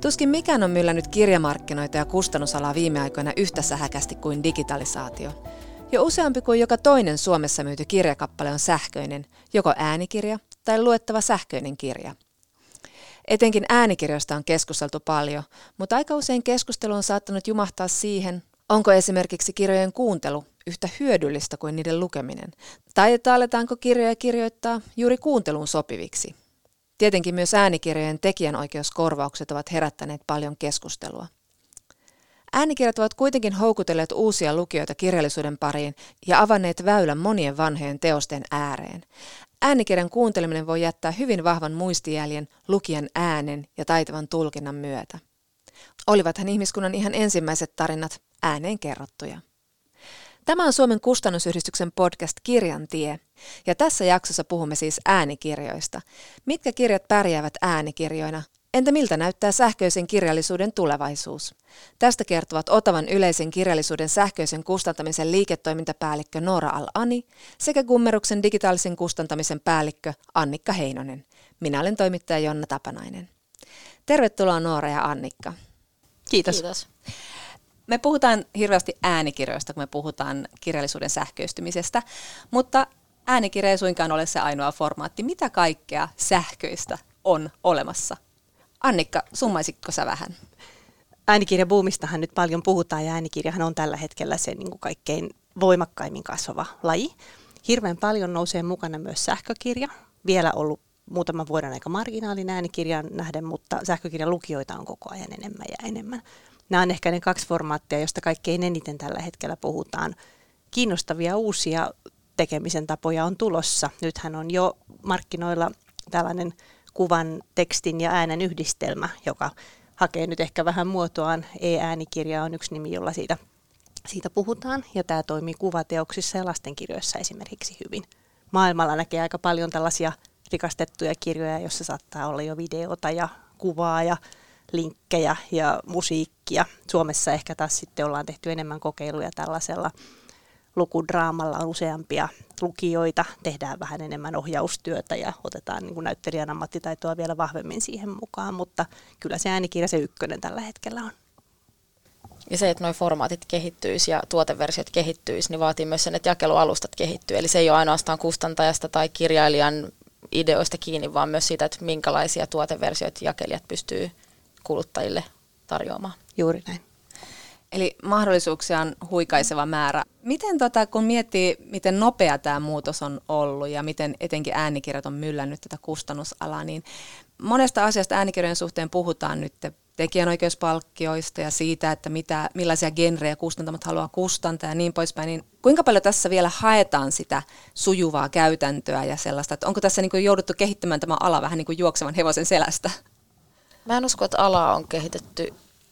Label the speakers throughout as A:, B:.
A: Tuskin mikään on myllännyt kirjamarkkinoita ja kustannusalaa viime aikoina yhtä sähäkästi kuin digitalisaatio. Jo useampi kuin joka toinen Suomessa myyty kirjakappale on sähköinen, joko äänikirja tai luettava sähköinen kirja. Etenkin äänikirjoista on keskusteltu paljon, mutta aika usein keskustelu on saattanut jumahtaa siihen, onko esimerkiksi kirjojen kuuntelu yhtä hyödyllistä kuin niiden lukeminen, tai että aletaanko kirjoja kirjoittaa juuri kuunteluun sopiviksi. Tietenkin myös äänikirjojen tekijänoikeuskorvaukset ovat herättäneet paljon keskustelua. Äänikirjat ovat kuitenkin houkutelleet uusia lukijoita kirjallisuuden pariin ja avanneet väylän monien vanhojen teosten ääreen. Äänikirjan kuunteleminen voi jättää hyvin vahvan muistijäljen lukijan äänen ja taitavan tulkinnan myötä. Olivathan ihmiskunnan ihan ensimmäiset tarinat ääneen kerrottuja. Tämä on Suomen kustannusyhdistyksen podcast Kirjan tie, ja tässä jaksossa puhumme siis äänikirjoista. Mitkä kirjat pärjäävät äänikirjoina? Entä miltä näyttää sähköisen kirjallisuuden tulevaisuus? Tästä kertovat Otavan yleisen kirjallisuuden sähköisen kustantamisen liiketoimintapäällikkö Noora Al-Ani sekä Gummeruksen digitaalisen kustantamisen päällikkö Annikka Heinonen. Minä olen toimittaja Jonna Tapanainen. Tervetuloa Noora ja Annikka.
B: Kiitos.
C: Kiitos.
A: Me puhutaan hirveästi äänikirjoista, kun me puhutaan kirjallisuuden sähköistymisestä, mutta äänikirja ei suinkaan ole se ainoa formaatti. Mitä kaikkea sähköistä on olemassa? Annikka, summaisitko sä vähän?
B: Äänikirjabuumistahan nyt paljon puhutaan ja äänikirjahan on tällä hetkellä se niin kuin kaikkein voimakkaimmin kasvava laji. Hirveän paljon nousee mukana myös sähkökirja. Vielä ollut muutaman vuoden aika marginaalin äänikirjan nähden, mutta sähkökirjan lukijoita on koko ajan enemmän ja enemmän. Nämä on ehkä ne kaksi formaattia, joista kaikkein eniten tällä hetkellä puhutaan. Kiinnostavia uusia tekemisen tapoja on tulossa. Nythän on jo markkinoilla tällainen kuvan, tekstin ja äänen yhdistelmä, joka hakee nyt ehkä vähän muotoaan. E-äänikirja on yksi nimi, jolla siitä puhutaan, ja tämä toimii kuvateoksissa ja lastenkirjoissa esimerkiksi hyvin. Maailmalla näkee aika paljon tällaisia rikastettuja kirjoja, joissa saattaa olla jo videota ja kuvaa ja linkkejä ja musiikkia. Suomessa ehkä taas sitten ollaan tehty enemmän kokeiluja tällaisella lukudraamalla, on useampia lukijoita, tehdään vähän enemmän ohjaustyötä ja otetaan niin kuin näyttelijän ammattitaitoa vielä vahvemmin siihen mukaan, mutta kyllä se äänikirja se ykkönen tällä hetkellä on.
C: Ja se, että nuo formaatit kehittyisi ja tuoteversiot kehittyisi, niin vaatii myös sen, että jakelualustat kehittyy. Eli se ei ole ainoastaan kustantajasta tai kirjailijan ideoista kiinni, vaan myös siitä, että minkälaisia tuoteversioita jakelijat pystyy kuluttajille tarjoamaan.
B: Juuri näin.
A: Eli mahdollisuuksia on huikaiseva määrä. Miten kun miettii, miten nopea tämä muutos on ollut ja miten etenkin äänikirjat on myllännyt tätä kustannusalaa, niin monesta asiasta äänikirjojen suhteen puhutaan nyt tekijänoikeuspalkkioista ja siitä, että millaisia genrejä kustantamat haluaa kustantaa ja niin poispäin. Niin kuinka paljon tässä vielä haetaan sitä sujuvaa käytäntöä ja sellaista, että onko tässä niin kuin jouduttu kehittämään tämä ala vähän niin kuin juoksevan hevosen selästä?
C: Mä en usko, että alaa on kehitetty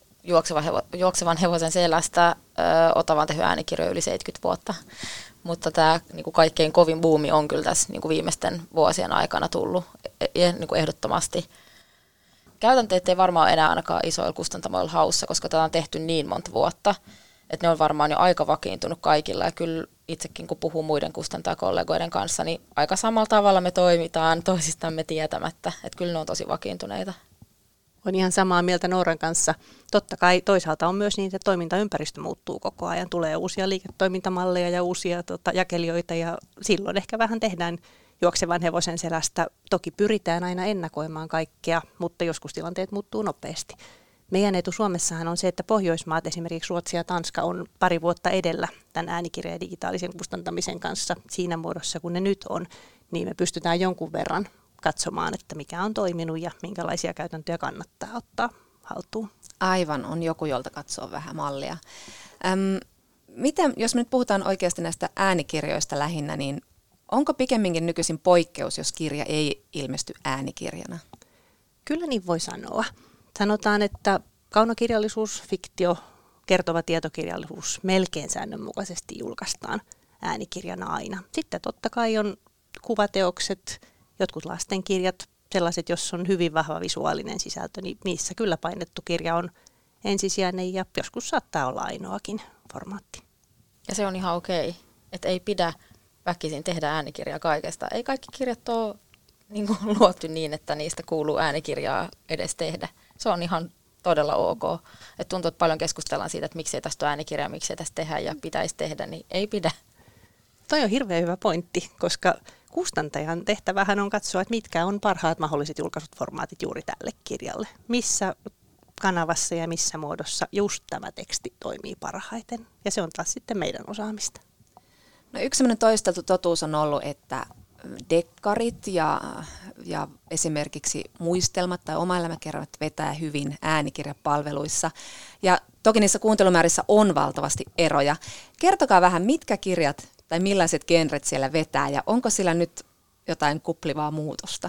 C: juoksevan hevosen selästä. Otavan tehnyt äänikirjoja yli 70 vuotta, mutta tämä niin kuin kaikkein kovin buumi on kyllä tässä niin kuin viimeisten vuosien aikana tullut niin kuin ehdottomasti. Käytänteet ei varmaan enää ainakaan isoilla kustantamoilla haussa, koska tätä on tehty niin monta vuotta, että ne on varmaan jo aika vakiintunut kaikilla. Ja kyllä itsekin, kun puhuu muiden kustantajakollegoiden kanssa, niin aika samalla tavalla me toimitaan toisistamme tietämättä. Että kyllä ne on tosi vakiintuneita.
B: On ihan samaa mieltä Nooran kanssa. Totta kai toisaalta on myös niin, että toimintaympäristö muuttuu koko ajan. Tulee uusia liiketoimintamalleja ja uusia jakelijoita ja silloin ehkä vähän tehdään juoksevan hevosen selästä. Toki pyritään aina ennakoimaan kaikkea, mutta joskus tilanteet muuttuu nopeasti. Meidän etu Suomessahan on se, että Pohjoismaat, esimerkiksi Ruotsi ja Tanska, on pari vuotta edellä tämän äänikirjan ja digitaalisen kustantamisen kanssa siinä muodossa, kun ne nyt on, niin me pystytään jonkun verran katsomaan, että mikä on toiminut ja minkälaisia käytäntöjä kannattaa ottaa haltuun.
A: Aivan, on joku, jolta katsoo vähän mallia. Miten, jos me nyt puhutaan oikeasti näistä äänikirjoista lähinnä, niin onko pikemminkin nykyisin poikkeus, jos kirja ei ilmesty äänikirjana?
B: Kyllä niin voi sanoa. Sanotaan, että kaunokirjallisuus, fiktio, kertova tietokirjallisuus melkein säännönmukaisesti julkaistaan äänikirjana aina. Sitten totta kai on kuvateokset, jotkut lastenkirjat, sellaiset, jos on hyvin vahva visuaalinen sisältö, niin niissä kyllä painettu kirja on ensisijainen ja joskus saattaa olla ainoakin formaatti.
C: Ja se on ihan okei, että ei pidä väkisin tehdä äänikirjaa kaikesta. Ei kaikki kirjat ole niin kuin luotu niin, että niistä kuuluu äänikirjaa edes tehdä. Se on ihan todella ok. Et tuntuu, että paljon keskustellaan siitä, että miksei tästä ole äänikirjaa, miksei tästä tehdä ja pitäisi tehdä, niin ei pidä.
B: Toi on hirveän hyvä pointti, koska kustantajan tehtävähän on katsoa, että mitkä on parhaat mahdolliset julkaisut formaatit juuri tälle kirjalle. Missä kanavassa ja missä muodossa just tämä teksti toimii parhaiten. Ja se on taas sitten meidän osaamista.
A: No yksi sellainen toisteltu totuus on ollut, että dekkarit ja esimerkiksi muistelmat tai oma-elämäkerrat vetää hyvin äänikirjapalveluissa. Ja toki niissä kuuntelumäärissä on valtavasti eroja. Kertokaa vähän, mitkä kirjat tai millaiset genret siellä vetää ja onko sillä nyt jotain kuplivaa muutosta?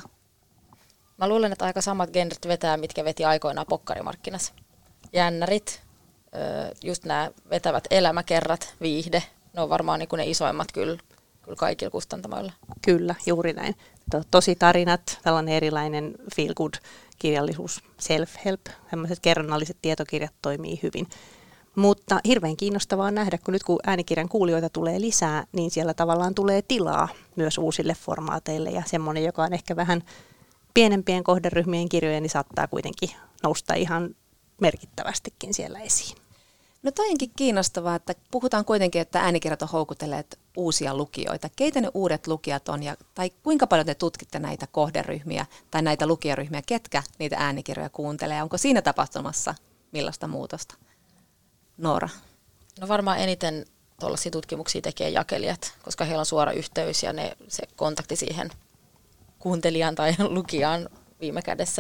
C: Mä luulen, että aika samat genret vetää, mitkä veti aikoinaan pokkarimarkkinassa. Jännärit, just nämä vetävät elämäkerrat, viihde, ne on varmaan niin kuin ne isoimmat kyllä kaikilla kustantamoilla.
B: Kyllä, juuri näin. Tosi tarinat, tällainen erilainen feel good kirjallisuus, self-help, sellaiset kerronnalliset tietokirjat toimii hyvin. Mutta hirveän kiinnostavaa on nähdä, kun nyt kun äänikirjan kuulijoita tulee lisää, niin siellä tavallaan tulee tilaa myös uusille formaateille ja semmoinen, joka on ehkä vähän pienempien kohderyhmien kirjoja, niin saattaa kuitenkin nousta ihan merkittävästikin siellä esiin.
A: No toi onkin kiinnostavaa, että puhutaan kuitenkin, että äänikirjat on houkutelleet uusia lukijoita. Keitä ne uudet lukijat on tai kuinka paljon te tutkitte näitä kohderyhmiä tai näitä lukijaryhmiä, ketkä niitä äänikirjoja kuuntelee? Onko siinä tapahtumassa millaista muutosta? Noora?
C: No varmaan eniten tuollaisia tutkimuksia tekee jakelijat, koska heillä on suora yhteys ja se kontakti siihen kuuntelijaan tai lukijaan viime kädessä.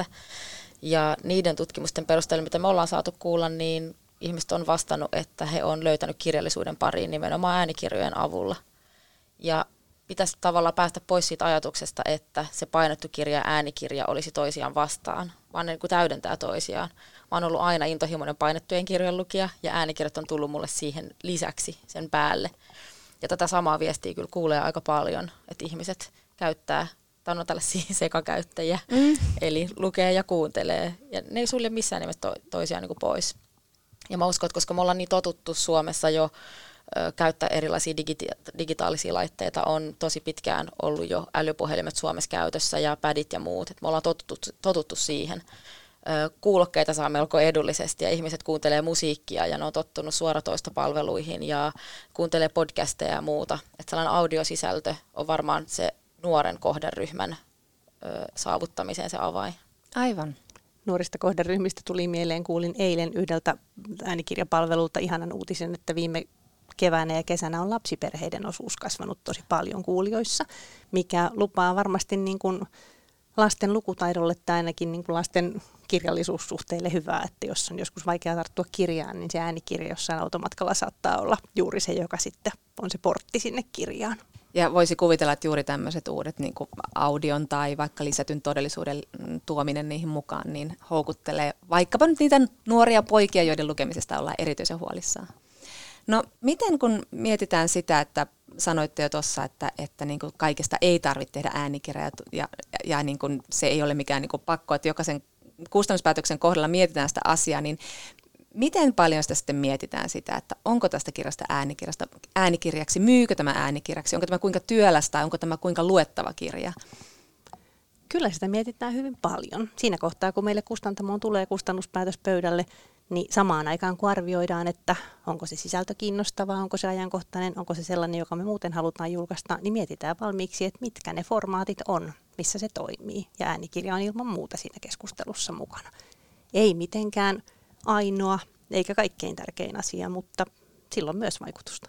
C: Ja niiden tutkimusten perusteella, mitä me ollaan saatu kuulla, niin ihmiset on vastannut, että he on löytänyt kirjallisuuden pariin nimenomaan äänikirjojen avulla. Ja pitäisi tavallaan päästä pois siitä ajatuksesta, että se painettu kirja ja äänikirja olisi toisiaan vastaan, vaan ne niin kuin täydentää toisiaan. Mä oon ollut aina intohimoinen painettujen kirjojen lukija ja äänikirjat on tullut mulle siihen lisäksi, sen päälle. Ja tätä samaa viestiä kyllä kuulee aika paljon, että ihmiset käyttää, tai on tällaisia sekakäyttäjiä, eli lukee ja kuuntelee. Ja ne ei sulje missään nimessä toisiaan niin kuin pois. Ja mä uskon, että koska me ollaan niin totuttu Suomessa jo käyttää erilaisia digitaalisia laitteita, on tosi pitkään ollut jo älypuhelimet Suomessa käytössä ja padit ja muut. Et me ollaan totuttu siihen. Kuulokkeita saa melko edullisesti ja ihmiset kuuntelee musiikkia ja ne on tottunut suoratoistopalveluihin ja kuuntelee podcasteja ja muuta. Et sellainen audiosisältö on varmaan se nuoren kohderyhmän saavuttamiseen se avain.
A: Aivan.
B: Nuorista kohderyhmistä tuli mieleen, kuulin eilen yhdeltä äänikirjapalvelulta ihanan uutisen, että viime keväänä ja kesänä on lapsiperheiden osuus kasvanut tosi paljon kuulijoissa, mikä lupaa varmasti niin kuin lasten lukutaidolle tai ainakin niin kuin lasten kirjallisuussuhteille hyvää, että jos on joskus vaikea tarttua kirjaan, niin se äänikirja jossain automatkalla saattaa olla juuri se, joka sitten on se portti sinne kirjaan.
A: Ja voisi kuvitella, että juuri tämmöiset uudet niin kuin audion tai vaikka lisätyn todellisuuden tuominen niihin mukaan, niin houkuttelee vaikkapa nyt niitä nuoria poikia, joiden lukemisesta ollaan erityisen huolissaan. No miten kun mietitään sitä, että sanoitte jo tuossa, että niin kuin kaikesta ei tarvitse tehdä äänikirjaa ja niin kuin se ei ole mikään niin kuin pakko, että jokaisen kustannuspäätöksen kohdalla mietitään sitä asiaa, niin miten paljon sitä sitten mietitään sitä, että onko tästä kirjasta äänikirjaksi, myykö tämä äänikirjaksi, onko tämä kuinka työläs tai onko tämä kuinka luettava kirja?
B: Kyllä sitä mietitään hyvin paljon. Siinä kohtaa, kun meille kustantamoon tulee kustannuspäätös pöydälle, niin samaan aikaan kun arvioidaan, että onko se sisältö kiinnostavaa, onko se ajankohtainen, onko se sellainen, joka me muuten halutaan julkaista, niin mietitään valmiiksi, että mitkä ne formaatit on, missä se toimii. Ja äänikirja on ilman muuta siinä keskustelussa mukana. Ei mitenkään ainoa eikä kaikkein tärkein asia, mutta sillä on myös vaikutusta.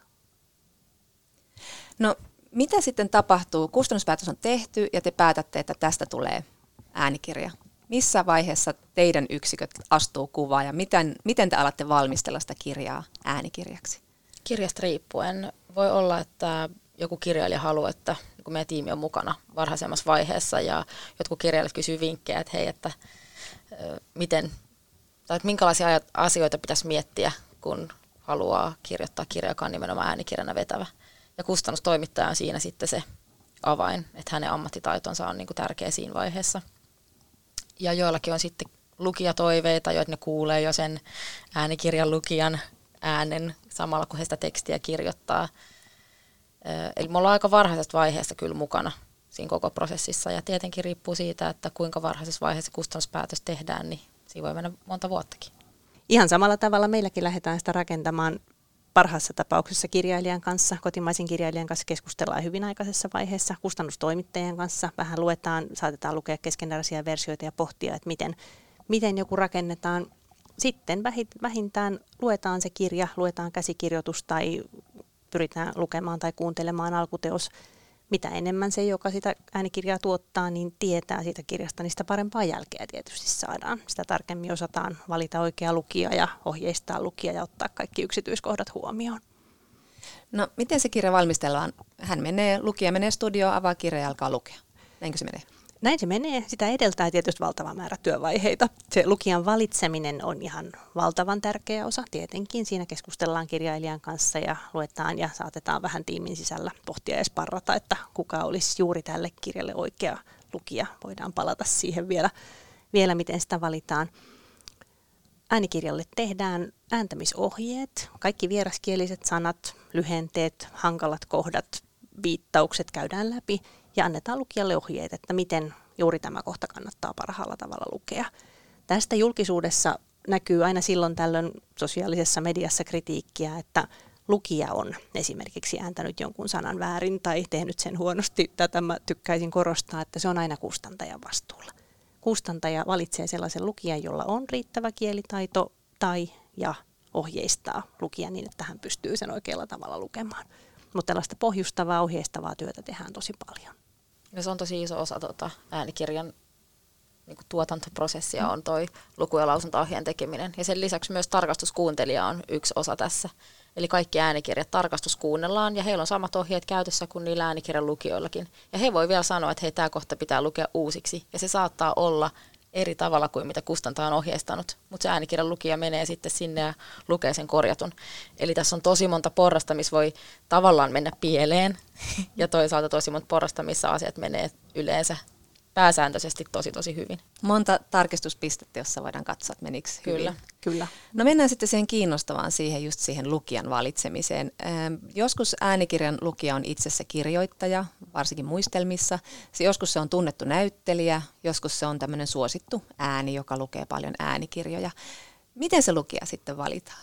A: No mitä sitten tapahtuu? Kustannuspäätös on tehty ja te päätätte, että tästä tulee äänikirja. Missä vaiheessa teidän yksiköt astuu kuvaan ja miten te alatte valmistella sitä kirjaa äänikirjaksi?
C: Kirjasta riippuen voi olla, että joku kirjailija haluaa, että kun meidän tiimi on mukana varhaisemmassa vaiheessa ja jotkut kirjailijat kysyy vinkkejä, että hei, että minkälaisia asioita pitäisi miettiä, kun haluaa kirjoittaa kirja, joka on nimenomaan äänikirjana vetävä. Ja kustannustoimittaja on siinä sitten se avain, että hänen ammattitaitonsa on niin kuin tärkeä siinä vaiheessa. Ja joillakin on sitten lukijatoiveita, joita ne kuulee jo sen äänikirjan lukijan äänen samalla, kun he sitä tekstiä kirjoittaa. Eli me ollaan aika varhaisesta vaiheesta kyllä mukana siinä koko prosessissa. Ja tietenkin riippuu siitä, että kuinka varhaisessa vaiheessa kustannuspäätös tehdään, niin siinä voi mennä monta vuottakin.
B: Ihan samalla tavalla meilläkin lähdetään sitä rakentamaan parhaassa tapauksessa kirjailijan kanssa, kotimaisen kirjailijan kanssa keskustellaan hyvin aikaisessa vaiheessa, kustannustoimittajien kanssa vähän luetaan, saatetaan lukea keskeneräisiä versioita ja pohtia, että miten joku rakennetaan. Sitten vähintään luetaan se kirja, luetaan käsikirjoitus tai pyritään lukemaan tai kuuntelemaan alkuteos. Mitä enemmän se, joka sitä äänikirjaa tuottaa, niin tietää siitä kirjasta, niin sitä parempaa jälkeä tietysti saadaan. Sitä tarkemmin osataan valita oikea lukija ja ohjeistaa lukija ja ottaa kaikki yksityiskohdat huomioon.
A: No, miten se kirja valmistellaan? Lukija menee studioon, avaa kirja ja alkaa lukea. Näinkö se menee?
B: Näin se menee. Sitä edeltää tietysti valtava määrä työvaiheita. Se lukijan valitseminen on ihan valtavan tärkeä osa. Tietenkin siinä keskustellaan kirjailijan kanssa ja luetaan ja saatetaan vähän tiimin sisällä pohtia ja sparrata, että kuka olisi juuri tälle kirjalle oikea lukija. Voidaan palata siihen vielä miten sitä valitaan. Äänikirjalle tehdään ääntämisohjeet. Kaikki vieraskieliset sanat, lyhenteet, hankalat kohdat, viittaukset käydään läpi. Ja annetaan lukijalle ohjeet, että miten juuri tämä kohta kannattaa parhaalla tavalla lukea. Tästä julkisuudessa näkyy aina silloin tällöin sosiaalisessa mediassa kritiikkiä, että lukija on esimerkiksi ääntänyt jonkun sanan väärin tai tehnyt sen huonosti. Tätä mä tykkäisin korostaa, että se on aina kustantajan vastuulla. Kustantaja valitsee sellaisen lukijan, jolla on riittävä kielitaito ja ohjeistaa lukijan niin, että hän pystyy sen oikealla tavalla lukemaan. Mutta tällaista pohjustavaa, ohjeistavaa työtä tehdään tosi paljon.
C: Ja se on tosi iso osa äänikirjan niin kuin tuotantoprosessia on toi luku- ja lausuntaohjeen tekeminen. Ja sen lisäksi myös tarkastuskuuntelija on yksi osa tässä. Eli kaikki äänikirjat tarkastuskuunnellaan ja heillä on samat ohjeet käytössä kuin niillä äänikirjan lukijoillakin. Ja he voi vielä sanoa, että hei, tämä kohta pitää lukea uusiksi. Ja se saattaa olla eri tavalla kuin mitä kustantaja on ohjeistanut. Mutta se äänikirjan lukija menee sitten sinne ja lukee sen korjatun. Eli tässä on tosi monta porrasta, missä voi tavallaan mennä pieleen. Ja toisaalta tosi monta porrasta, missä asiat menee yleensä pääsääntöisesti tosi hyvin.
A: Monta tarkistuspistettä, jossa voidaan katsoa, että menikö hyvin.
B: Kyllä.
A: No mennään sitten siihen kiinnostavaan, just siihen lukijan valitsemiseen. Joskus äänikirjan lukija on itse se kirjoittaja, varsinkin muistelmissa. Joskus se on tunnettu näyttelijä, joskus se on tämmöinen suosittu ääni, joka lukee paljon äänikirjoja. Miten se lukija sitten valitaan?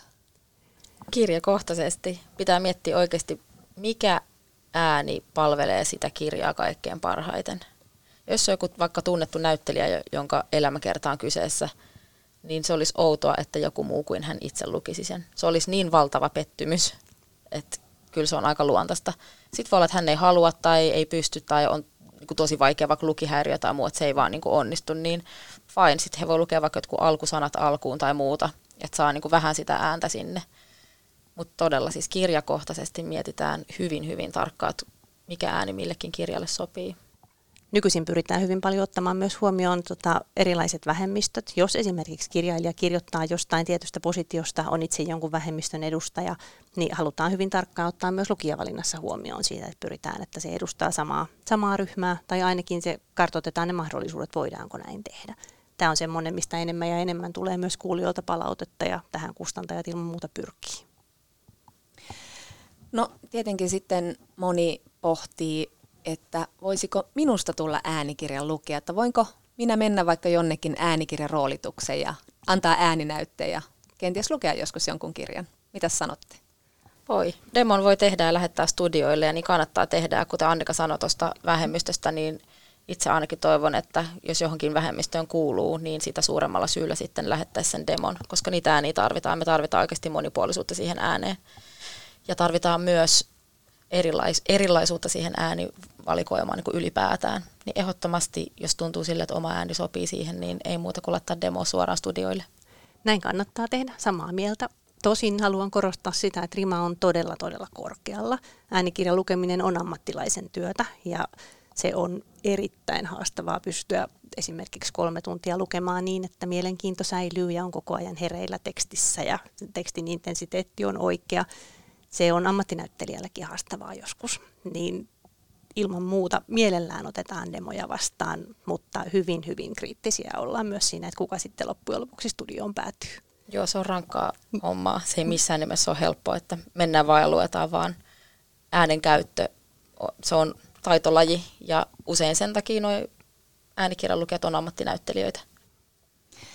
C: Kirjakohtaisesti pitää miettiä oikeasti, mikä ääni palvelee sitä kirjaa kaikkein parhaiten. Jos on joku vaikka tunnettu näyttelijä, jonka elämäkerta on kyseessä, niin se olisi outoa, että joku muu kuin hän itse lukisi sen. Se olisi niin valtava pettymys, että kyllä se on aika luontaista. Sitten voi olla, että hän ei halua tai ei pysty tai on niin kuin tosi vaikea vaikka lukihäiriö tai muu, että se ei vaan niin kuin onnistu, niin fine. Sitten he voi lukea vaikka jotkut alkusanat alkuun tai muuta, että saa niin kuin vähän sitä ääntä sinne. Mutta todella siis kirjakohtaisesti mietitään hyvin tarkkaan, että mikä ääni millekin kirjalle sopii.
B: Nykyisin pyritään hyvin paljon ottamaan myös huomioon erilaiset vähemmistöt. Jos esimerkiksi kirjailija kirjoittaa jostain tietystä positiosta, on itse jonkun vähemmistön edustaja, niin halutaan hyvin tarkkaan ottaa myös lukijavalinnassa huomioon siitä, että pyritään, että se edustaa samaa ryhmää, tai ainakin se kartoitetaan ne mahdollisuudet, voidaanko näin tehdä. Tämä on semmoinen, mistä enemmän ja enemmän tulee myös kuulijoilta palautetta, ja tähän kustantajat ilman muuta pyrkii.
A: No tietenkin sitten moni pohtii, että voisiko minusta tulla äänikirjan lukija, että voinko minä mennä vaikka jonnekin äänikirjan roolitukseen ja antaa ääninäytteen ja kenties lukea joskus jonkun kirjan. Mitäs sanotte?
C: Voi. Demon voi tehdä ja lähettää studioille ja niin kannattaa tehdä. Kuten Annika sanoi tuosta vähemmistöstä, niin itse ainakin toivon, että jos johonkin vähemmistöön kuuluu, niin sitä suuremmalla syyllä sitten lähettäisiin sen demon, koska niitä ääniä tarvitaan. Me tarvitaan oikeasti monipuolisuutta siihen ääneen ja tarvitaan myös erilaisuutta siihen äänivalikoimaan niin kuin ylipäätään. Niin ehdottomasti, jos tuntuu sille, että oma ääni sopii siihen, niin ei muuta kuin laittaa demo suoraan studioille.
B: Näin kannattaa tehdä, samaa mieltä. Tosin haluan korostaa sitä, että rima on todella korkealla. Äänikirjan lukeminen on ammattilaisen työtä ja se on erittäin haastavaa pystyä esimerkiksi 3 tuntia lukemaan niin, että mielenkiinto säilyy ja on koko ajan hereillä tekstissä ja tekstin intensiteetti on oikea. Se on ammattinäyttelijälläkin haastavaa joskus, niin ilman muuta mielellään otetaan demoja vastaan, mutta hyvin kriittisiä ollaan myös siinä, että kuka sitten loppujen lopuksi studioon päätyy.
C: Joo, se on rankkaa hommaa. Se ei missään nimessä ole helppoa, että mennään vaan ja luetaan vaan äänen käyttö. Se on taitolaji ja usein sen takia nuo äänikirjan lukijat on ammattinäyttelijöitä.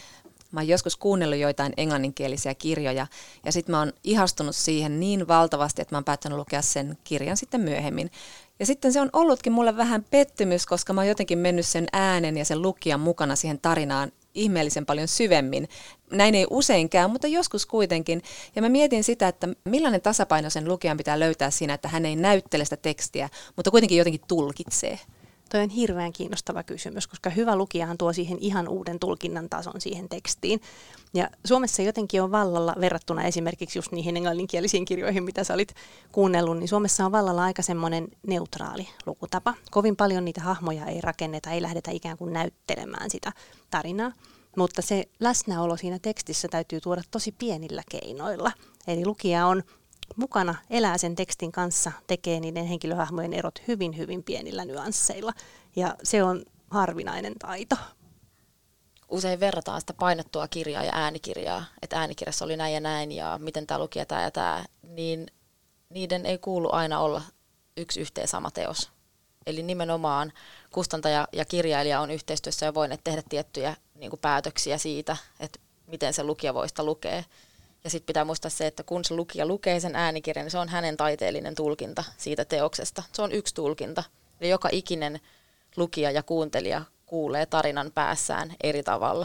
A: Mä oon joskus kuunnellut joitain englanninkielisiä kirjoja ja sitten mä oon ihastunut siihen niin valtavasti, että mä oon päättänyt lukea sen kirjan sitten myöhemmin. Ja sitten se on ollutkin mulle vähän pettymys, koska mä oon jotenkin mennyt sen äänen ja sen lukijan mukana siihen tarinaan ihmeellisen paljon syvemmin. Näin ei usein käy, mutta joskus kuitenkin. Ja mä mietin sitä, että millainen tasapaino sen lukijan pitää löytää siinä, että hän ei näyttele sitä tekstiä, mutta kuitenkin jotenkin tulkitsee.
B: Toi on hirveän kiinnostava kysymys, koska hyvä lukijahan tuo siihen ihan uuden tulkinnan tason siihen tekstiin. Ja Suomessa jotenkin on vallalla, verrattuna esimerkiksi just niihin englanninkielisiin kirjoihin, mitä sä olit kuunnellut, niin Suomessa on vallalla aika semmoinen neutraali lukutapa. Kovin paljon niitä hahmoja ei rakenneta, ei lähdetä ikään kuin näyttelemään sitä tarinaa. Mutta se läsnäolo siinä tekstissä täytyy tuoda tosi pienillä keinoilla. Eli lukija on mukana, elää sen tekstin kanssa, tekee niiden henkilöhahmojen erot hyvin, hyvin pienillä nyansseilla. Ja se on harvinainen taito.
C: Usein verrataan sitä painettua kirjaa ja äänikirjaa, että äänikirjassa oli näin ja näin ja miten tämä lukija tämä ja tämä, niin niiden ei kuulu aina olla yksi yhteen sama teos. Eli nimenomaan kustantaja ja kirjailija on yhteistyössä ja voineet tehdä tiettyjä niin kuin päätöksiä siitä, että miten se lukija voi sitä lukea. Ja sitten pitää muistaa se, että kun se lukija lukee sen äänikirjan, niin se on hänen taiteellinen tulkinta siitä teoksesta. Se on yksi tulkinta. Ja joka ikinen lukija ja kuuntelija kuulee tarinan päässään eri tavalla.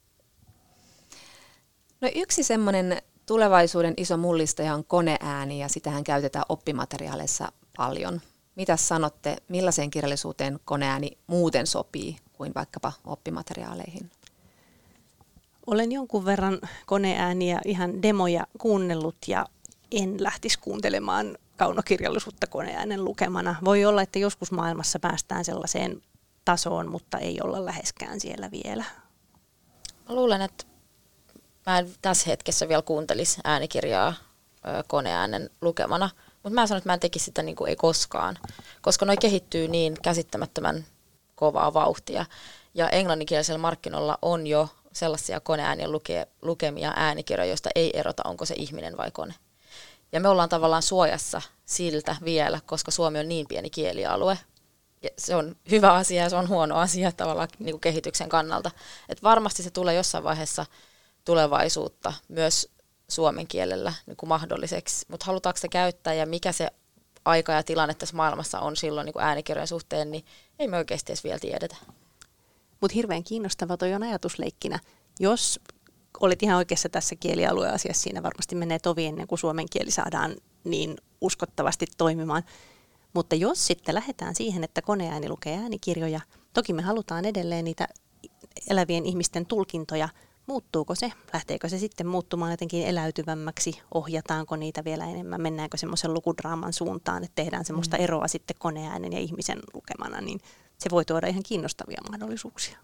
A: No yksi semmoinen tulevaisuuden iso mullistaja on koneääni ja sitähän käytetään oppimateriaaleissa paljon. Mitäs sanotte, millaiseen kirjallisuuteen koneääni muuten sopii kuin vaikkapa oppimateriaaleihin?
B: Olen jonkun verran koneääniä, ihan demoja kuunnellut ja en lähtisi kuuntelemaan kaunokirjallisuutta koneäänen lukemana. Voi olla, että joskus maailmassa päästään sellaiseen tasoon, mutta ei olla läheskään siellä vielä.
C: Mä luulen, että mä en tässä hetkessä vielä kuuntelisi äänikirjaa koneäänen lukemana, mutta mä sanon, että mä en tekisi sitä niin kuin ei koskaan, koska noi kehittyy niin käsittämättömän kovaa vauhtia. Ja englanninkielisellä markkinoilla on jo sellaisia koneäänien lukemia äänikirjoja, joista ei erota, onko se ihminen vai kone. Ja me ollaan tavallaan suojassa siltä vielä, koska Suomi on niin pieni kielialue. Ja se on hyvä asia ja se on huono asia tavallaan niin kuin kehityksen kannalta. Et varmasti se tulee jossain vaiheessa tulevaisuutta myös suomen kielellä niin kuin mahdolliseksi. Mutta halutaanko se käyttää ja mikä se aika ja tilanne tässä maailmassa on silloin niin kuin äänikirjojen suhteen, niin ei me oikeasti edes vielä tiedetä.
B: Mutta hirveän kiinnostava toi on ajatusleikkinä. Jos olet ihan oikeassa tässä kielialueasiassa, siinä varmasti menee tovi ennen kuin suomen kieli saadaan niin uskottavasti toimimaan. Mutta jos sitten lähdetään siihen, että koneääni lukee äänikirjoja, toki me halutaan edelleen niitä elävien ihmisten tulkintoja. Muuttuuko se? Lähteekö se sitten muuttumaan jotenkin eläytyvämmäksi? Ohjataanko niitä vielä enemmän? Mennäänkö semmoisen lukudraaman suuntaan, että tehdään semmoista eroa sitten koneäänen ja ihmisen lukemana, niin se voi tuoda ihan kiinnostavia mahdollisuuksia.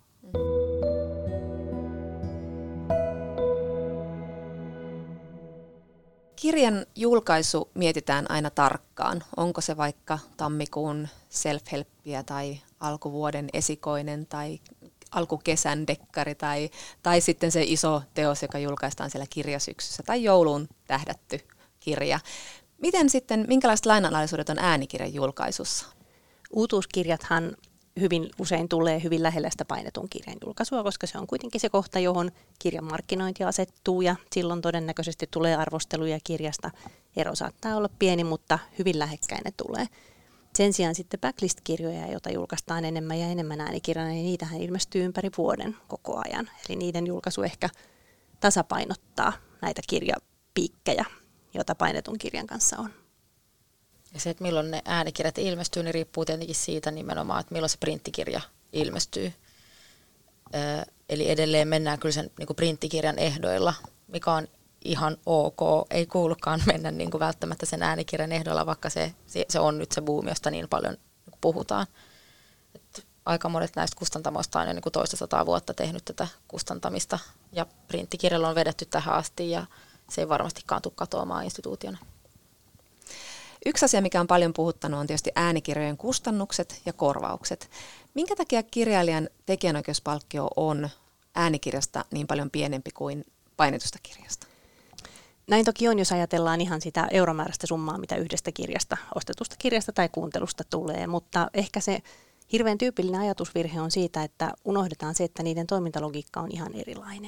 A: Kirjan julkaisu mietitään aina tarkkaan. Onko se vaikka tammikuun self-helppiä tai alkuvuoden esikoinen tai alkukesän dekkari tai sitten se iso teos, joka julkaistaan siellä kirjasyksyssä tai jouluun tähdätty kirja. Miten sitten, minkälaiset lainalaisuudet on äänikirjan julkaisussa?
B: Uutuuskirjathan hyvin usein tulee hyvin lähellä sitä painetun kirjan julkaisua, koska se on kuitenkin se kohta, johon kirjan markkinointi asettuu ja silloin todennäköisesti tulee arvosteluja kirjasta. Ero saattaa olla pieni, mutta hyvin lähekkäin ne tulee. Sen sijaan sitten backlist-kirjoja, joita julkaistaan enemmän ja enemmän äänikirjana, niin niitähän ilmestyy ympäri vuoden koko ajan. Eli niiden julkaisu ehkä tasapainottaa näitä kirjapiikkejä, joita painetun kirjan kanssa on.
C: Ja se, että milloin ne äänikirjat ilmestyy, niin riippuu tietenkin siitä nimenomaan, että milloin se printtikirja ilmestyy. Eli edelleen mennään kyllä sen niin kuin printtikirjan ehdoilla, mikä on ihan ok. Ei kuulukaan mennä niin kuin välttämättä sen äänikirjan ehdoilla, vaikka se on nyt se buumi, josta niin paljon niin kuin puhutaan. Et aika monet näistä kustantamoista on jo niin kuin 200 vuotta tehnyt tätä kustantamista, ja printtikirjalla on vedetty tähän asti, ja se ei varmastikaan tule katoamaan instituutiona.
A: Yksi asia, mikä on paljon puhuttanut, on tietysti äänikirjojen kustannukset ja korvaukset. Minkä takia kirjailijan tekijänoikeuspalkkio on äänikirjasta niin paljon pienempi kuin painetusta kirjasta?
B: Näin toki on, jos ajatellaan ihan sitä euromääräistä summaa, mitä yhdestä kirjasta, ostetusta kirjasta tai kuuntelusta tulee, mutta ehkä se hirveän tyypillinen ajatusvirhe on siitä, että unohdetaan se, että niiden toimintalogiikka on ihan erilainen.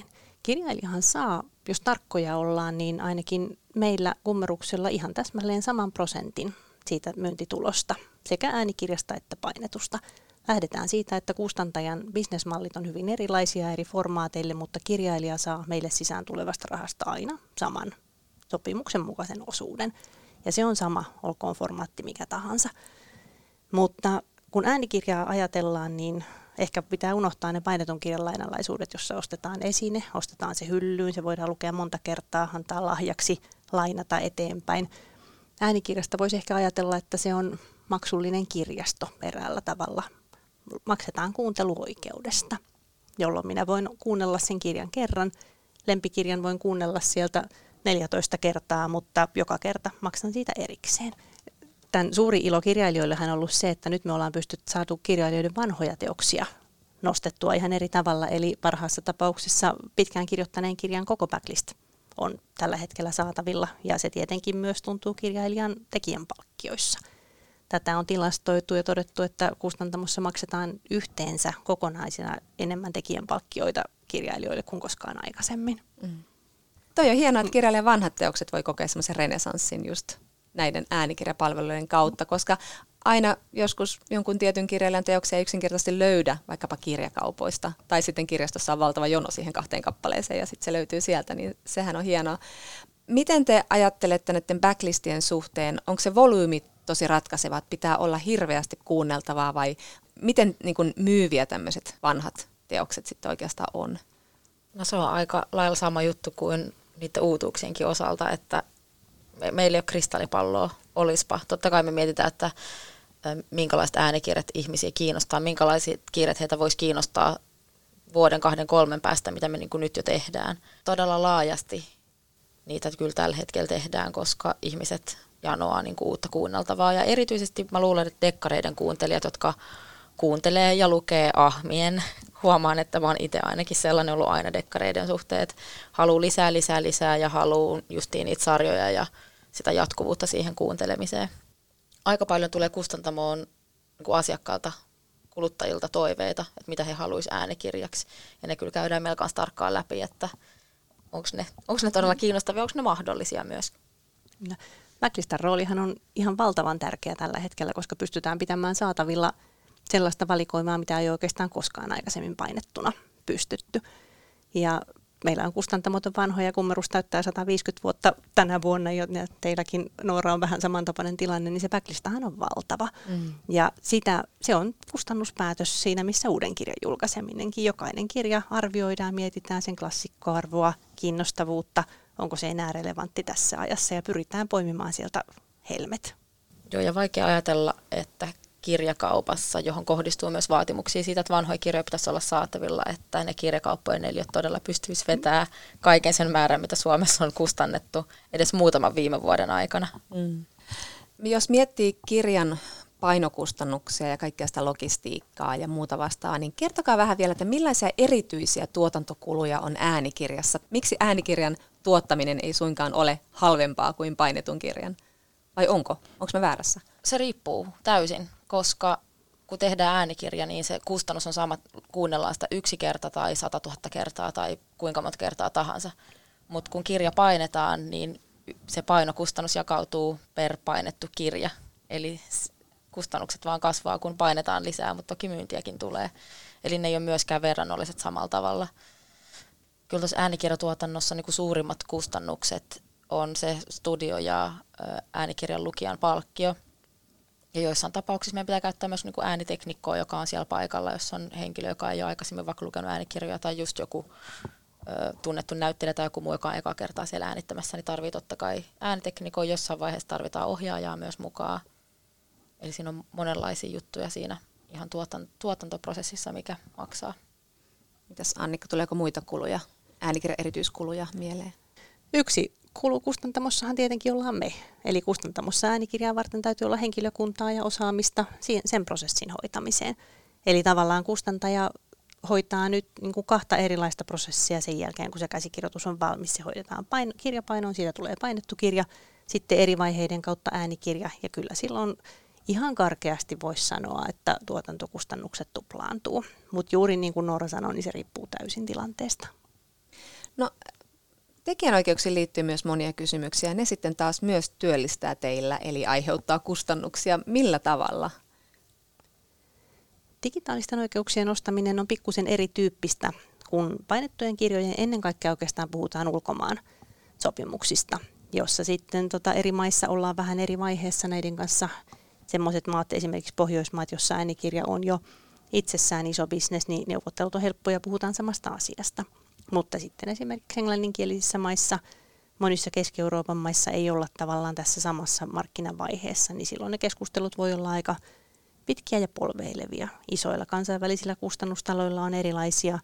B: Kirjailijahan saa, jos tarkkoja ollaan, niin ainakin meillä Kummeruksella ihan täsmälleen saman prosentin siitä myyntitulosta, sekä äänikirjasta että painetusta. Lähdetään siitä, että kustantajan bisnesmallit on hyvin erilaisia eri formaateille, mutta kirjailija saa meille sisään tulevasta rahasta aina saman sopimuksen mukaisen osuuden. Ja se on sama, olkoon formaatti mikä tahansa. Mutta kun äänikirjaa ajatellaan, niin ehkä pitää unohtaa ne painetun kirjan lainalaisuudet, jossa ostetaan esine, ostetaan se hyllyyn, se voidaan lukea monta kertaa, antaa lahjaksi, lainata eteenpäin. Äänikirjasta voisi ehkä ajatella, että se on maksullinen kirjasto eräällä tavalla. Maksetaan kuunteluoikeudesta, jolloin minä voin kuunnella sen kirjan kerran. Lempikirjan voin kuunnella sieltä 14 kertaa, mutta joka kerta maksan siitä erikseen. Tämän suuri ilo kirjailijoillehan on ollut se, että nyt me ollaan saatu kirjailijoiden vanhoja teoksia nostettua ihan eri tavalla. Eli parhaassa tapauksessa pitkään kirjoittaneen kirjan koko backlist on tällä hetkellä saatavilla, ja se tietenkin myös tuntuu kirjailijan tekijän palkkioissa. Tätä on tilastoitu ja todettu, että kustantamossa maksetaan yhteensä kokonaisina enemmän tekijän palkkioita kirjailijoille kuin koskaan aikaisemmin.
A: Toi on hienoa, että kirjailijan vanhat teokset voi kokea semmoisen renesanssin just näiden äänikirjapalveluiden kautta, koska aina joskus jonkun tietyn kirjailijan teoksia ei yksinkertaisesti löydä vaikkapa kirjakaupoista, tai sitten kirjastossa on valtava jono siihen 2 kappaleeseen ja sitten se löytyy sieltä, niin sehän on hienoa. Miten te ajattelette näiden backlistien suhteen, onko se volyymi tosi ratkaiseva, että pitää olla hirveästi kuunneltavaa, vai miten niin kuin myyviä tämmöiset vanhat teokset sitten oikeastaan on?
C: No se on aika lailla sama juttu kuin niiden uutuuksienkin osalta, että meillä ei ole kristallipalloa, olispa. Totta kai me mietitään, että minkälaiset äänikirjat ihmisiä kiinnostaa, minkälaiset kirjat heitä voisi kiinnostaa vuoden, 2, 3 päästä, mitä me niin kuin nyt jo tehdään. Todella laajasti niitä kyllä tällä hetkellä tehdään, koska ihmiset janoaa niin kuin uutta kuunneltavaa. Ja erityisesti mä luulen, että dekkareiden kuuntelijat, jotka kuuntelee ja lukee ahmien, huomaan, että mä oon itse ainakin sellainen ollut aina dekkareiden suhteet, haluaa lisää ja haluaa justiin niitä sarjoja ja sitä jatkuvuutta siihen kuuntelemiseen. Aika paljon tulee kustantamoon niin kuin asiakkaalta, kuluttajilta toiveita, että mitä he haluaisivat äänikirjaksi. Ja ne kyllä käydään meillä kanssa tarkkaan läpi, että onko ne todella kiinnostavia, onko ne mahdollisia myös.
B: No, backlistan roolihan on ihan valtavan tärkeä tällä hetkellä, koska pystytään pitämään saatavilla sellaista valikoimaa, mitä ei oikeastaan koskaan aikaisemmin painettuna pystytty. Ja meillä on kustantamot vanhoja, Kummerus täyttää 150 vuotta tänä vuonna, ja teilläkin, Noora, on vähän samantapainen tilanne, niin se backlistahan on valtava. Ja se on kustannuspäätös siinä, missä uuden kirjan julkaiseminenkin. Jokainen kirja arvioidaan, mietitään sen klassikkoarvoa, kiinnostavuutta, onko se enää relevantti tässä ajassa, ja pyritään poimimaan sieltä helmet.
C: Joo, ja vaikea ajatella, että kirjakaupassa, johon kohdistuu myös vaatimuksia siitä, että vanhoja kirjoja pitäisi olla saatavilla, että ne kirjakauppojen neliöt todella pystyisi vetämään kaiken sen määrän, mitä Suomessa on kustannettu edes muutaman viime vuoden aikana.
A: Jos miettii kirjan painokustannuksia ja kaikkea sitä logistiikkaa ja muuta vastaan, niin kertokaa vähän vielä, että millaisia erityisiä tuotantokuluja on äänikirjassa? Miksi äänikirjan tuottaminen ei suinkaan ole halvempaa kuin painetun kirjan? Vai onko? Onko mä väärässä?
C: Se riippuu täysin, koska kun tehdään äänikirja, niin se kustannus on sama, kuunnellaan sitä 1 kerta tai 100 000 kertaa tai kuinka monta kertaa tahansa. Mutta kun kirja painetaan, niin se painokustannus jakautuu per painettu kirja. Eli kustannukset vaan kasvaa, kun painetaan lisää, mutta toki myyntiäkin tulee. Eli ne ei ole myöskään verrannolliset samalla tavalla. Kyllä tuossa äänikirjatuotannossa niin kuin suurimmat kustannukset on se studio ja äänikirjan lukijan palkkio. Ja joissain tapauksissa meidän pitää käyttää myös niin kuin ääniteknikkoa, joka on siellä paikalla, jos on henkilö, joka ei ole aikaisemmin vaikka lukenut äänikirjoja tai just joku tunnettu näyttelijä tai joku muu, joka on eka kertaa siellä äänittämässä, niin tarvii totta kai ääniteknikkoa. Jossain vaiheessa tarvitaan ohjaajaa myös mukaan. Eli siinä on monenlaisia juttuja siinä ihan tuotantoprosessissa, mikä maksaa.
A: Mitäs Annikka, tuleeko muita kuluja, äänikirjan erityiskuluja mieleen?
B: Yksi kulu kustantamossahan tietenkin ollaan me. Eli kustantamossa äänikirjaa varten täytyy olla henkilökuntaa ja osaamista sen prosessin hoitamiseen. Eli tavallaan kustantaja hoitaa nyt niin kuin 2 erilaista prosessia sen jälkeen, kun se käsikirjoitus on valmis. Se hoidetaan kirjapainoon, siitä tulee painettu kirja, sitten eri vaiheiden kautta äänikirja. Ja kyllä silloin ihan karkeasti voisi sanoa, että tuotantokustannukset tuplaantuu. Mutta juuri niin kuin Noora sanoi, niin se riippuu täysin tilanteesta.
A: No, tekijänoikeuksiin liittyy myös monia kysymyksiä, ja ne sitten taas myös työllistää teillä, eli aiheuttaa kustannuksia. Millä tavalla?
B: Digitaalisten oikeuksien ostaminen on pikkusen erityyppistä, kun painettujen kirjojen ennen kaikkea oikeastaan puhutaan ulkomaan sopimuksista, jossa sitten eri maissa ollaan vähän eri vaiheessa näiden kanssa. Sellaiset maat, esimerkiksi Pohjoismaat, jossa äänikirja on jo itsessään iso bisnes, niin neuvottelut on helppoja, puhutaan samasta asiasta. Mutta sitten esimerkiksi englanninkielisissä maissa, monissa Keski-Euroopan maissa ei olla tavallaan tässä samassa markkinavaiheessa, niin silloin ne keskustelut voi olla aika pitkiä ja polveilevia. Isoilla kansainvälisillä kustannustaloilla on erilaisia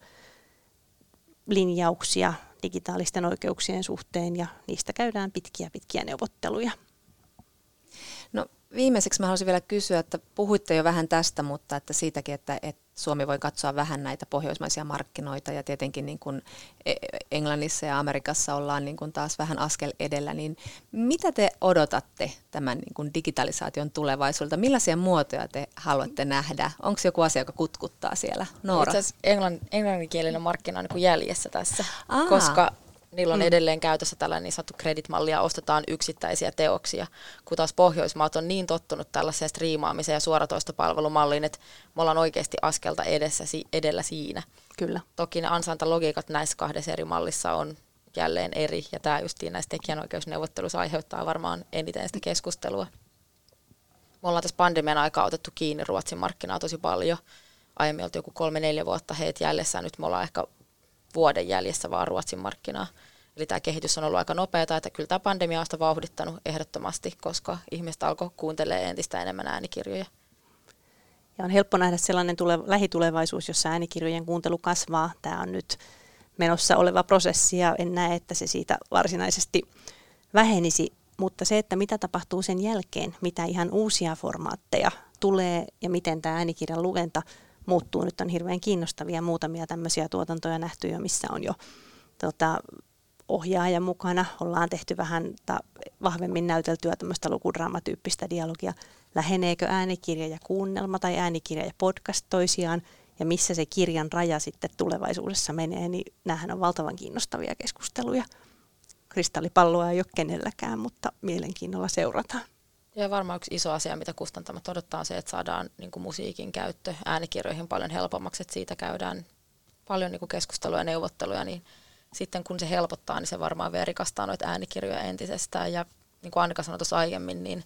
B: linjauksia digitaalisten oikeuksien suhteen ja niistä käydään pitkiä neuvotteluja.
A: No, viimeiseksi mä haluaisin vielä kysyä, että puhuitte jo vähän tästä, mutta että siitäkin, että Suomi voi katsoa vähän näitä pohjoismaisia markkinoita ja tietenkin niin kuin Englannissa ja Amerikassa ollaan niin kuin taas vähän askel edellä, niin mitä te odotatte tämän niin kuin digitalisaation tulevaisuudelta? Millaisia muotoja te haluatte nähdä? Onko joku asia, joka kutkuttaa siellä? Noora?
C: Itse asiassa englanninkielinen markkina on niin kuin jäljessä tässä, koska niillä on edelleen käytössä tällainen niin sanottu credit-malli ja ostetaan yksittäisiä teoksia, kun taas Pohjoismaat on niin tottunut tällaiseen striimaamiseen ja suoratoistopalvelumalliin, että me ollaan oikeasti askelta edellä siinä.
B: Kyllä. Toki
C: ne ansaintalogiikat näissä kahdessa eri mallissa on jälleen eri, ja tämä justiin näissä tekijänoikeusneuvotteluissa aiheuttaa varmaan eniten sitä keskustelua. Me ollaan tässä pandemian aikaa otettu kiinni Ruotsin markkinaa tosi paljon. Aiemmin oltiin joku 3-4 vuotta heitä jäljessä, nyt me ollaan ehkä vuoden jäljessä vaan Ruotsin markkinaa. Eli tämä kehitys on ollut aika nopeata, että kyllä tämä pandemia on sitä vauhdittanut ehdottomasti, koska ihmiset alkoi kuuntelemaan entistä enemmän äänikirjoja.
B: Ja on helppo nähdä sellainen lähitulevaisuus, jossa äänikirjojen kuuntelu kasvaa. Tämä on nyt menossa oleva prosessi ja en näe, että se siitä varsinaisesti vähenisi. Mutta se, että mitä tapahtuu sen jälkeen, mitä ihan uusia formaatteja tulee ja miten tämä äänikirjan lukenta muuttuu. Nyt on hirveän kiinnostavia muutamia tämmöisiä tuotantoja nähty jo, missä on jo ohjaaja mukana. Ollaan tehty vähän vahvemmin näyteltyä tämmöistä lukudraamatyyppistä dialogia. Läheneekö äänikirja ja kuunnelma tai äänikirja ja podcast toisiaan ja missä se kirjan raja sitten tulevaisuudessa menee, niin näähän on valtavan kiinnostavia keskusteluja. Kristallipalloa ei ole kenelläkään, mutta mielenkiinnolla seurataan.
C: Ja varmaan yksi iso asia, mitä kustantamat odottaa, on se, että saadaan niin kuin musiikin käyttö äänikirjoihin paljon helpommaksi, että siitä käydään paljon niin kuin keskustelua ja neuvotteluja, niin sitten kun se helpottaa, niin se varmaan vielä rikastaa noita äänikirjoja entisestään. Ja niin kuin Annika sanoi tuossa aiemmin, niin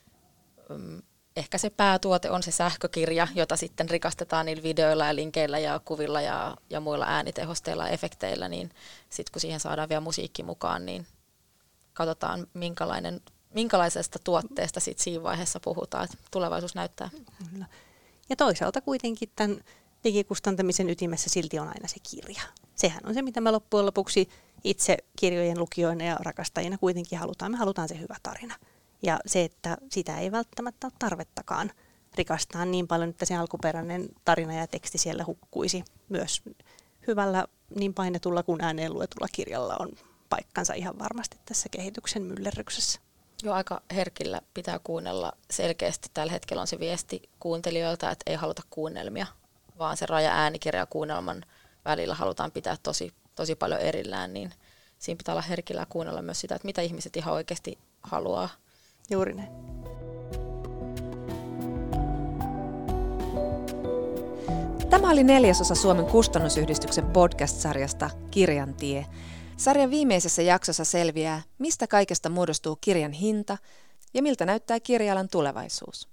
C: ehkä se päätuote on se sähkökirja, jota sitten rikastetaan niillä videoilla ja linkeillä ja kuvilla ja muilla äänitehosteilla ja efekteillä, niin sitten kun siihen saadaan vielä musiikki mukaan, niin katsotaan minkälaisesta tuotteesta sitten siinä vaiheessa puhutaan, että tulevaisuus näyttää.
B: Ja toisaalta kuitenkin tämän digikustantamisen ytimessä silti on aina se kirja. Sehän on se, mitä me loppujen lopuksi itse kirjojen lukijoina ja rakastajina kuitenkin halutaan. Me halutaan se hyvä tarina. Ja se, että sitä ei välttämättä ole tarvettakaan rikastaa niin paljon, että se alkuperäinen tarina ja teksti siellä hukkuisi. Myös hyvällä niin painetulla kuin ääneen luetulla kirjalla on paikkansa ihan varmasti tässä kehityksen myllerryksessä.
C: Joo, aika herkillä pitää kuunnella selkeästi. Tällä hetkellä on se viesti kuuntelijoilta, että ei haluta kuunnelmia, vaan se raja äänikirja ja kuunnelman välillä halutaan pitää tosi paljon erillään, niin siinä pitää olla herkillä kuunnella myös sitä, että mitä ihmiset ihan oikeasti haluaa.
B: Juuri näin.
A: Tämä oli 4. osa Suomen kustannusyhdistyksen podcast-sarjasta Kirjan tie. Sarjan viimeisessä jaksossa selviää, mistä kaikesta muodostuu kirjan hinta ja miltä näyttää kirja-alan tulevaisuus.